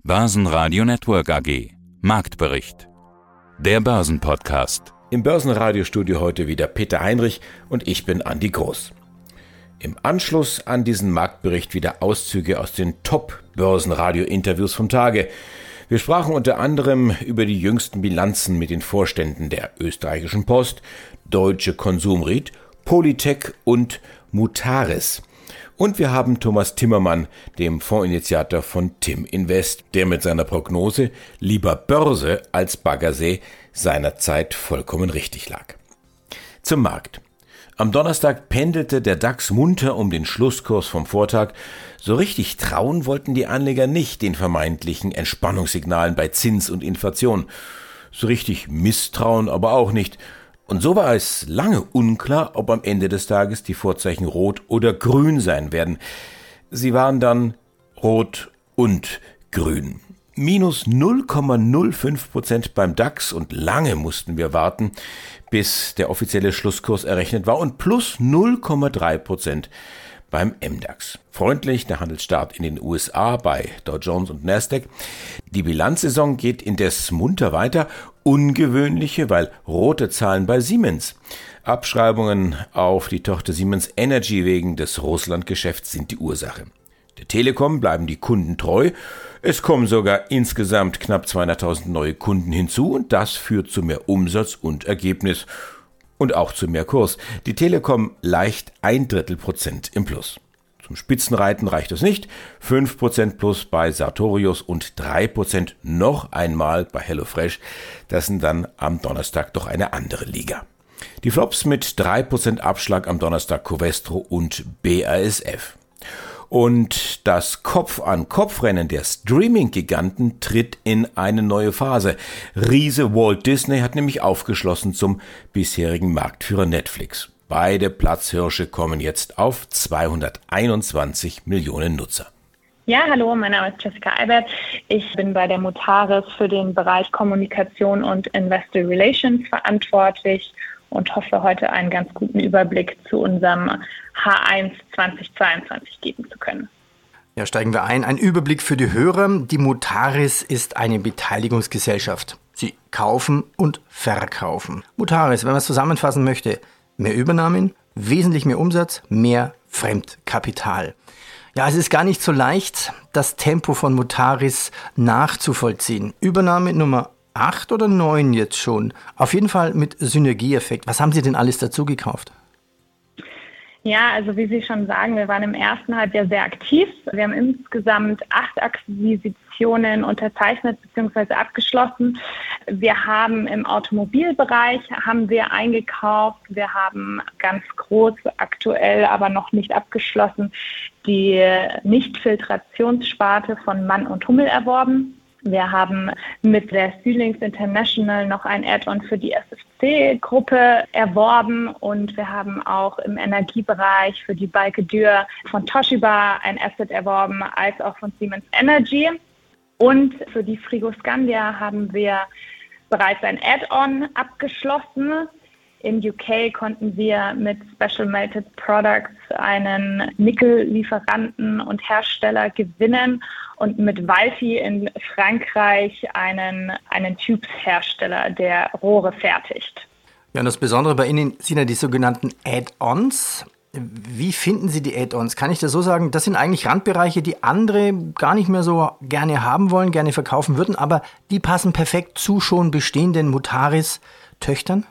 Börsenradio Network AG. Marktbericht. Der Börsenpodcast. Im Börsenradiostudio heute wieder Peter Heinrich und ich bin Andi Groß. Im Anschluss an diesen Marktbericht wieder Auszüge aus den Top-Börsenradio-Interviews vom Tage. Wir sprachen unter anderem über die jüngsten Bilanzen mit den Vorständen der Österreichischen Post, Deutsche Konsumried, Polytec und Mutares. Und wir haben Thomas Timmermann, dem Fondsinitiator von Tim Invest, der mit seiner Prognose lieber Börse als Baggersee seinerzeit vollkommen richtig lag. Zum Markt. Am Donnerstag pendelte der DAX munter um den Schlusskurs vom Vortag. So richtig trauen wollten die Anleger nicht den vermeintlichen Entspannungssignalen bei Zins und Inflation. So richtig misstrauen aber auch nicht. Und so war es lange unklar, ob am Ende des Tages die Vorzeichen rot oder grün sein werden. Sie waren dann rot und grün. Minus 0,05% beim DAX und lange mussten wir warten, bis der offizielle Schlusskurs errechnet war und plus 0,3% beim MDAX. Freundlich der Handelsstart in den USA bei Dow Jones und Nasdaq. Die Bilanzsaison geht indes munter weiter. Ungewöhnliche, weil rote Zahlen bei Siemens. Abschreibungen auf die Tochter Siemens Energy wegen des Russlandgeschäfts sind die Ursache. Der Telekom bleiben die Kunden treu. Es kommen sogar insgesamt knapp 200.000 neue Kunden hinzu und das führt zu mehr Umsatz und Ergebnis. Und auch zu mehr Kurs. Die Telekom leicht 0,33% im Plus. Zum Spitzenreiten reicht es nicht. 5% plus bei Sartorius und 3% noch einmal bei HelloFresh. Das sind dann am Donnerstag doch eine andere Liga. Die Flops mit 3% Abschlag am Donnerstag Covestro und BASF. Und das Kopf-an-Kopf-Rennen der Streaming-Giganten tritt in eine neue Phase. Riese Walt Disney hat nämlich aufgeschlossen zum bisherigen Marktführer Netflix. Beide Platzhirsche kommen jetzt auf 221 Millionen Nutzer. Ja, hallo, mein Name ist Jessica Albert. Ich bin bei der Mutares für den Bereich Kommunikation und Investor Relations verantwortlich und hoffe, heute einen ganz guten Überblick zu unserem H1 2022 geben zu können. Ja, steigen wir ein. Ein Überblick für die Hörer. Die Mutares ist eine Beteiligungsgesellschaft. Sie kaufen und verkaufen. Mutares, wenn man es zusammenfassen möchte, mehr Übernahmen, wesentlich mehr Umsatz, mehr Fremdkapital. Ja, es ist gar nicht so leicht, das Tempo von Mutares nachzuvollziehen. Übernahme Nummer 8 oder 9 jetzt schon. Auf jeden Fall mit Synergieeffekt. Was haben Sie denn alles dazu gekauft? Ja, also wie Sie schon sagen, wir waren im ersten Halbjahr sehr aktiv. Wir haben insgesamt 8 Akquisitionen unterzeichnet bzw. abgeschlossen. Wir haben im Automobilbereich eingekauft. Wir haben ganz groß, aktuell aber noch nicht abgeschlossen, die Nichtfiltrationssparte von Mann und Hummel erworben. Wir haben mit der Stühlings International noch ein Add-on für die SFC-Gruppe erworben und wir haben auch im Energiebereich für die Balcke-Dürr von Toshiba ein Asset erworben, als auch von Siemens Energy. Und für die Frigoscandia haben wir bereits ein Add-on abgeschlossen. In UK konnten wir mit Special Melted Products einen Nickellieferanten und Hersteller gewinnen und mit Valfi in Frankreich einen Tubes-Hersteller, der Rohre fertigt. Ja, und das Besondere bei Ihnen sind ja die sogenannten Add-ons. Wie finden Sie die Add-ons? Kann ich das so sagen? Das sind eigentlich Randbereiche, die andere gar nicht mehr so gerne haben wollen, gerne verkaufen würden, aber die passen perfekt zu schon bestehenden Mutares-Töchtern?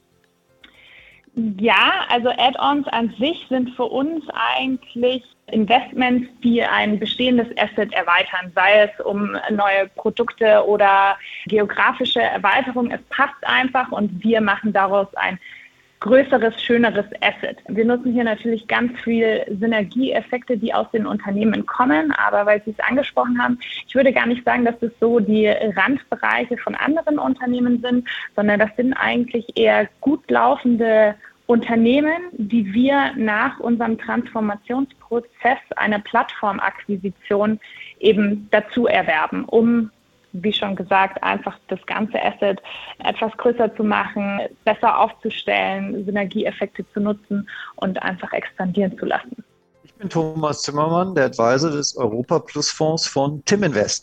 Ja, also Add-ons an sich sind für uns eigentlich Investments, die ein bestehendes Asset erweitern, sei es um neue Produkte oder geografische Erweiterung. Es passt einfach und wir machen daraus ein größeres, schöneres Asset. Wir nutzen hier natürlich ganz viel Synergieeffekte, die aus den Unternehmen kommen, aber weil Sie es angesprochen haben, ich würde gar nicht sagen, dass das so die Randbereiche von anderen Unternehmen sind, sondern das sind eigentlich eher gut laufende Unternehmen, die wir nach unserem Transformationsprozess einer Plattformakquisition eben dazu erwerben, um, wie schon gesagt, einfach das ganze Asset etwas größer zu machen, besser aufzustellen, Synergieeffekte zu nutzen und einfach expandieren zu lassen. Ich bin Thomas Timmermann, der Advisor des Europa Plus Fonds von Tim Invest.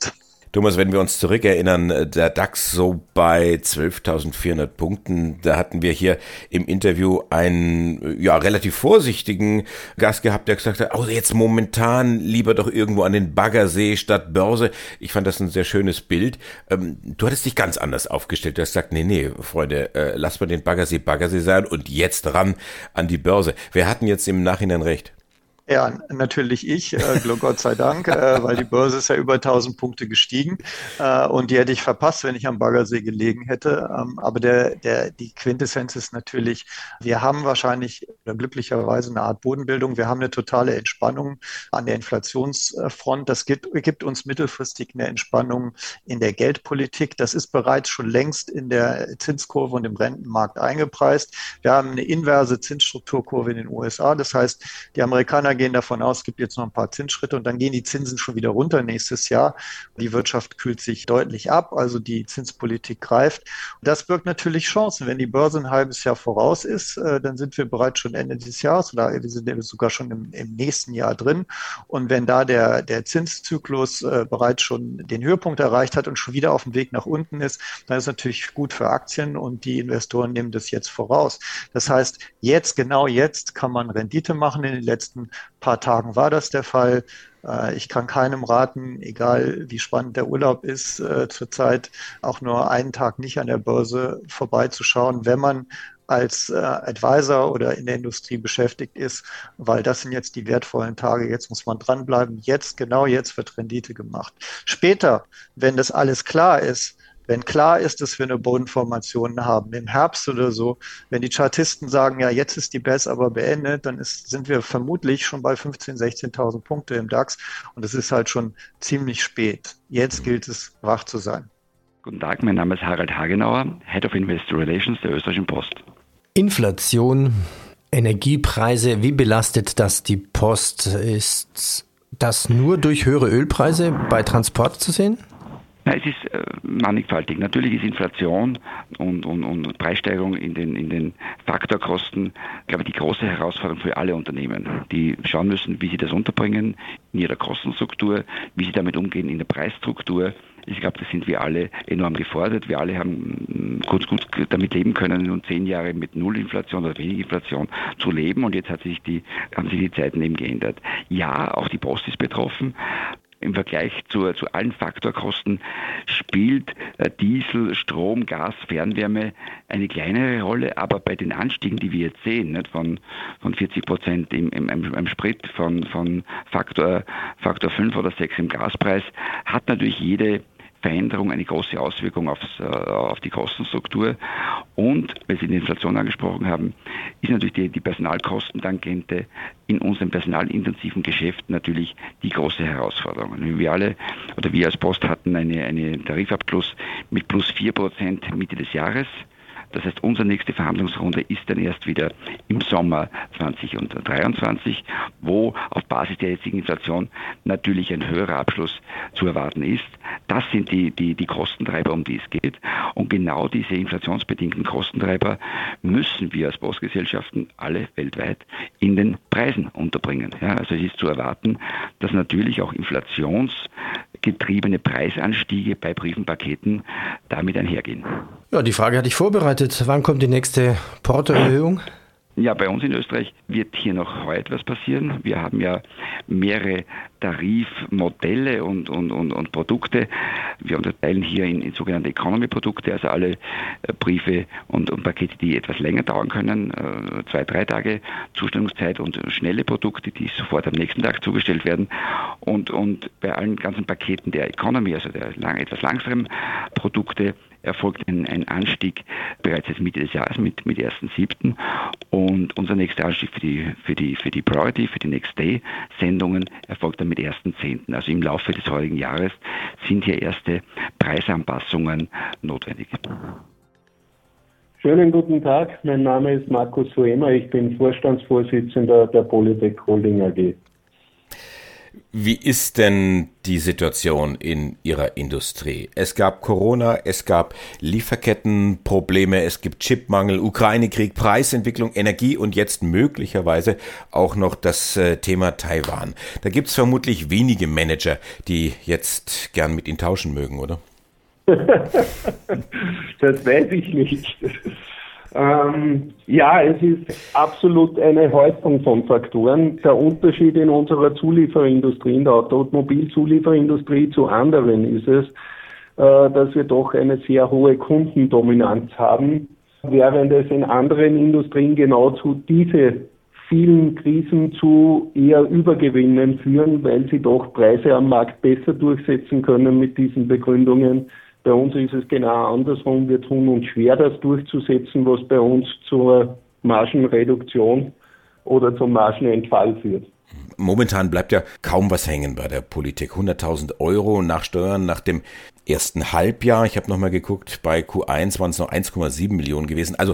Thomas, wenn wir uns zurückerinnern, der DAX so bei 12.400 Punkten, da hatten wir hier im Interview einen relativ vorsichtigen Gast gehabt, der gesagt hat, jetzt momentan lieber doch irgendwo an den Baggersee statt Börse. Ich fand das ein sehr schönes Bild. Du hattest dich ganz anders aufgestellt. Du hast gesagt, nee, Freunde, lass mal den Baggersee sein und jetzt ran an die Börse. Wer hat denn jetzt im Nachhinein recht? Ja, natürlich ich, Gott sei Dank, weil die Börse ist ja über 1.000 Punkte gestiegen und die hätte ich verpasst, wenn ich am Baggersee gelegen hätte. Aber die Quintessenz ist natürlich, wir haben wahrscheinlich oder glücklicherweise eine Art Bodenbildung. Wir haben eine totale Entspannung an der Inflationsfront. Das gibt uns mittelfristig eine Entspannung in der Geldpolitik. Das ist bereits schon längst in der Zinskurve und im Rentenmarkt eingepreist. Wir haben eine inverse Zinsstrukturkurve in den USA. Das heißt, die Amerikaner gehen davon aus, es gibt jetzt noch ein paar Zinsschritte und dann gehen die Zinsen schon wieder runter nächstes Jahr. Die Wirtschaft kühlt sich deutlich ab, also die Zinspolitik greift. Das birgt natürlich Chancen. Wenn die Börse ein halbes Jahr voraus ist, dann sind wir bereits schon Ende des Jahres oder wir sind sogar schon im nächsten Jahr drin. Und wenn da der Zinszyklus bereits schon den Höhepunkt erreicht hat und schon wieder auf dem Weg nach unten ist, dann ist es natürlich gut für Aktien und die Investoren nehmen das jetzt voraus. Das heißt, genau jetzt kann man Rendite machen. In den letzten paar Tagen war das der Fall. Ich kann keinem raten, egal wie spannend der Urlaub ist, zurzeit auch nur einen Tag nicht an der Börse vorbeizuschauen, wenn man als Advisor oder in der Industrie beschäftigt ist, weil das sind jetzt die wertvollen Tage. Jetzt muss man dranbleiben. Genau jetzt wird Rendite gemacht. Später, wenn das alles klar ist, wenn klar ist, dass wir eine Bodenformation haben, im Herbst oder so, wenn die Chartisten sagen, ja, jetzt ist die Bass aber beendet, dann sind wir vermutlich schon bei 15.000, 16.000 Punkte im DAX und es ist halt schon ziemlich spät. Jetzt gilt es, wach zu sein. Guten Tag, mein Name ist Harald Hagenauer, Head of Investor Relations der Österreichischen Post. Inflation, Energiepreise, wie belastet das die Post? Ist das nur durch höhere Ölpreise bei Transport zu sehen? Ja, es ist mannigfaltig. Natürlich ist Inflation und Preissteigerung in den Faktorkosten, glaube ich, die große Herausforderung für alle Unternehmen, die schauen müssen, wie sie das unterbringen in ihrer Kostenstruktur, wie sie damit umgehen in der Preisstruktur. Ich glaube, da sind wir alle enorm gefordert. Wir alle haben gut damit leben können, nun 10 Jahre mit Nullinflation oder wenig Inflation zu leben und jetzt haben sich die Zeiten eben geändert. Ja, auch die Post ist betroffen. Im Vergleich zu allen Faktorkosten spielt Diesel, Strom, Gas, Fernwärme eine kleinere Rolle, aber bei den Anstiegen, die wir jetzt sehen, nicht, von 40% im Sprit, von Faktor 5 oder 6 im Gaspreis, hat natürlich jede Veränderung eine große Auswirkung auf die Kostenstruktur. Und, weil Sie die Inflation angesprochen haben, ist natürlich die Personalkostentangente in unserem personalintensiven Geschäft natürlich die große Herausforderung. Wir als Post hatten einen Tarifabschluss mit plus 4% Mitte des Jahres. Das heißt, unsere nächste Verhandlungsrunde ist dann erst wieder im Sommer 2023, wo auf Basis der jetzigen Inflation natürlich ein höherer Abschluss zu erwarten ist. Das sind die Kostentreiber, um die es geht. Und genau diese inflationsbedingten Kostentreiber müssen wir als Postgesellschaften alle weltweit in den Preisen unterbringen. Ja, also es ist zu erwarten, dass natürlich auch inflationsgetriebene Preisanstiege bei Briefenpaketen damit einhergehen. Ja, die Frage hatte ich vorbereitet. Wann kommt die nächste Portoerhöhung? Ja, bei uns in Österreich wird hier noch heute was passieren. Wir haben ja mehrere Tarifmodelle und Produkte. Wir unterteilen hier in sogenannte Economy-Produkte, also alle Briefe und Pakete, die etwas länger dauern können, 2-3 Tage Zustellungszeit, und schnelle Produkte, die sofort am nächsten Tag zugestellt werden. Und bei allen ganzen Paketen der Economy, also der etwas langsamen Produkte, erfolgt ein Anstieg bereits jetzt Mitte des Jahres mit 1.7. Und unser nächster Anstieg für die Priority, für die Next Day Sendungen erfolgt dann mit 1.10. Also im Laufe des heutigen Jahres sind hier erste Preisanpassungen notwendig. Schönen guten Tag, mein Name ist Markus Suema, ich bin Vorstandsvorsitzender der Polytech Holding AG. Wie ist denn die Situation in Ihrer Industrie? Es gab Corona, es gab Lieferkettenprobleme, es gibt Chipmangel, Ukraine-Krieg, Preisentwicklung, Energie und jetzt möglicherweise auch noch das Thema Taiwan. Da gibt es vermutlich wenige Manager, die jetzt gern mit Ihnen tauschen mögen, oder? Das weiß ich nicht. Ja, es ist absolut eine Häufung von Faktoren. Der Unterschied in unserer Zulieferindustrie, in der Automobilzulieferindustrie zu anderen ist es, dass wir doch eine sehr hohe Kundendominanz haben, während es in anderen Industrien genau zu diese vielen Krisen zu eher Übergewinnen führen, weil sie doch Preise am Markt besser durchsetzen können mit diesen Begründungen. Bei uns ist es genau andersrum. Wir tun uns schwer, das durchzusetzen, was bei uns zur Margenreduktion oder zum Margenentfall führt. Momentan bleibt ja kaum was hängen bei der Politik. 100.000 € nach Steuern nach dem ersten Halbjahr. Ich habe nochmal geguckt, bei Q1 waren es noch 1,7 Millionen gewesen. Also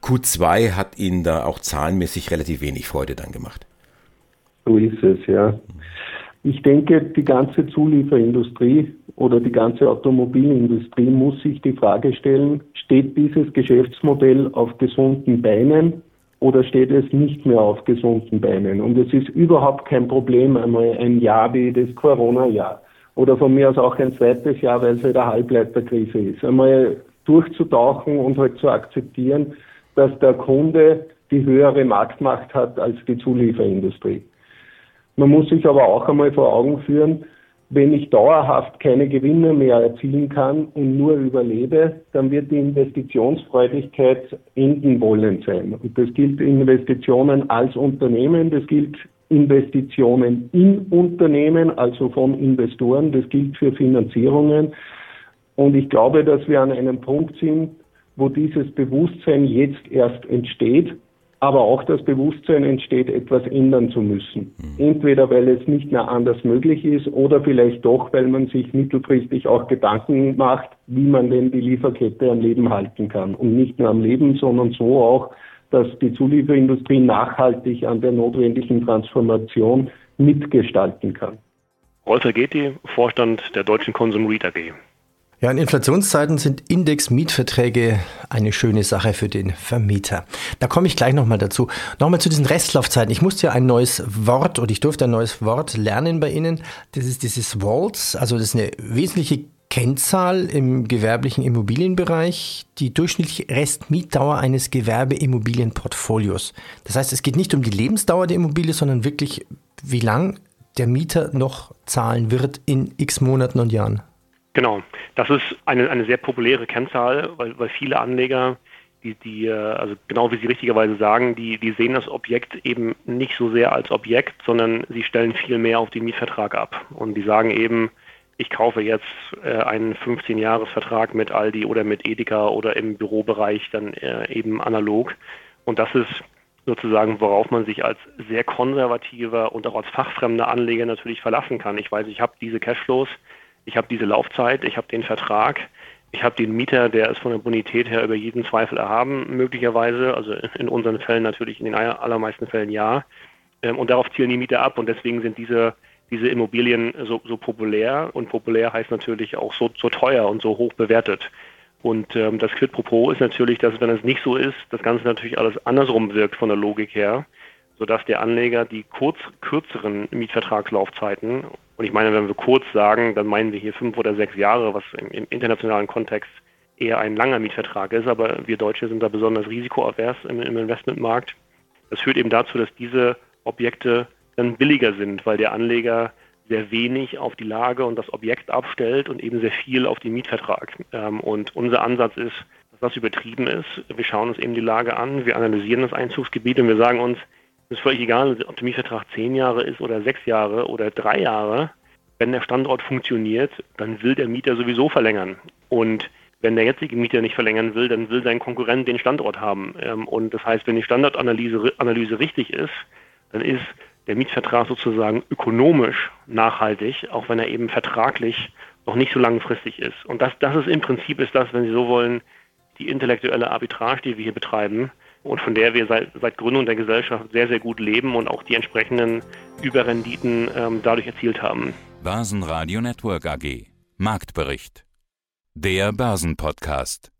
Q2 hat Ihnen da auch zahlenmäßig relativ wenig Freude dann gemacht. So ist es, ja. Ich denke, die ganze Zulieferindustrie oder die ganze Automobilindustrie muss sich die Frage stellen, steht dieses Geschäftsmodell auf gesunden Beinen oder steht es nicht mehr auf gesunden Beinen? Und es ist überhaupt kein Problem, einmal ein Jahr wie das Corona-Jahr oder von mir aus auch ein zweites Jahr, weil es halt eine Halbleiterkrise ist, einmal durchzutauchen und halt zu akzeptieren, dass der Kunde die höhere Marktmacht hat als die Zulieferindustrie. Man muss sich aber auch einmal vor Augen führen, wenn ich dauerhaft keine Gewinne mehr erzielen kann und nur überlebe, dann wird die Investitionsfreudigkeit enden wollend sein. Und das gilt Investitionen als Unternehmen, das gilt Investitionen in Unternehmen, also von Investoren, das gilt für Finanzierungen. Und ich glaube, dass wir an einem Punkt sind, wo dieses Bewusstsein jetzt erst entsteht, aber auch das Bewusstsein entsteht, etwas ändern zu müssen. Entweder weil es nicht mehr anders möglich ist oder vielleicht doch, weil man sich mittelfristig auch Gedanken macht, wie man denn die Lieferkette am Leben halten kann. Und nicht nur am Leben, sondern so auch, dass die Zulieferindustrie nachhaltig an der notwendigen Transformation mitgestalten kann. Rolf Ergeti, Vorstand der Deutschen Konsumrit AG. Ja, in Inflationszeiten sind Index-Mietverträge eine schöne Sache für den Vermieter. Da komme ich gleich nochmal dazu. Nochmal zu diesen Restlaufzeiten. Ich musste ja ein neues Wort oder ich durfte ein neues Wort lernen bei Ihnen. Das ist dieses WALT, also das ist eine wesentliche Kennzahl im gewerblichen Immobilienbereich, die durchschnittliche Restmietdauer eines Gewerbeimmobilienportfolios. Das heißt, es geht nicht um die Lebensdauer der Immobilie, sondern wirklich, wie lang der Mieter noch zahlen wird in x Monaten und Jahren. Genau, das ist eine sehr populäre Kennzahl, weil viele Anleger, also genau wie Sie richtigerweise sagen, die sehen das Objekt eben nicht so sehr als Objekt, sondern sie stellen viel mehr auf den Mietvertrag ab. Und die sagen eben, ich kaufe jetzt einen 15-Jahres-Vertrag mit Aldi oder mit Edeka oder im Bürobereich dann eben analog. Und das ist sozusagen, worauf man sich als sehr konservativer und auch als fachfremder Anleger natürlich verlassen kann. Ich weiß, ich habe diese Cashflows, ich habe diese Laufzeit, ich habe den Vertrag, ich habe den Mieter, der ist von der Bonität her über jeden Zweifel erhaben, möglicherweise, also in unseren Fällen natürlich, in den allermeisten Fällen ja. Und darauf zielen die Mieter ab und deswegen sind diese Immobilien so populär und populär heißt natürlich auch so teuer und so hoch bewertet. Und das Quid pro quo ist natürlich, dass wenn es nicht so ist, das Ganze natürlich alles andersrum wirkt von der Logik her, sodass der Anleger die kürzeren Mietvertragslaufzeiten, und ich meine, wenn wir kurz sagen, dann meinen wir hier 5 oder 6 Jahre, was im internationalen Kontext eher ein langer Mietvertrag ist, aber wir Deutsche sind da besonders risikoavers im Investmentmarkt. Das führt eben dazu, dass diese Objekte dann billiger sind, weil der Anleger sehr wenig auf die Lage und das Objekt abstellt und eben sehr viel auf den Mietvertrag. Und unser Ansatz ist, dass das übertrieben ist. Wir schauen uns eben die Lage an, wir analysieren das Einzugsgebiet und wir sagen uns, es ist völlig egal, ob der Mietvertrag 10 Jahre ist oder 6 Jahre oder 3 Jahre. Wenn der Standort funktioniert, dann will der Mieter sowieso verlängern. Und wenn der jetzige Mieter nicht verlängern will, dann will sein Konkurrent den Standort haben. Und das heißt, wenn die Standortanalyse richtig ist, dann ist der Mietvertrag sozusagen ökonomisch nachhaltig, auch wenn er eben vertraglich noch nicht so langfristig ist. Und das ist im Prinzip, wenn Sie so wollen, die intellektuelle Arbitrage, die wir hier betreiben. und von der wir seit Gründung der Gesellschaft sehr, sehr gut leben und auch die entsprechenden Überrenditen dadurch erzielt haben. Börsenradio Network AG. Marktbericht. Der Börsenpodcast.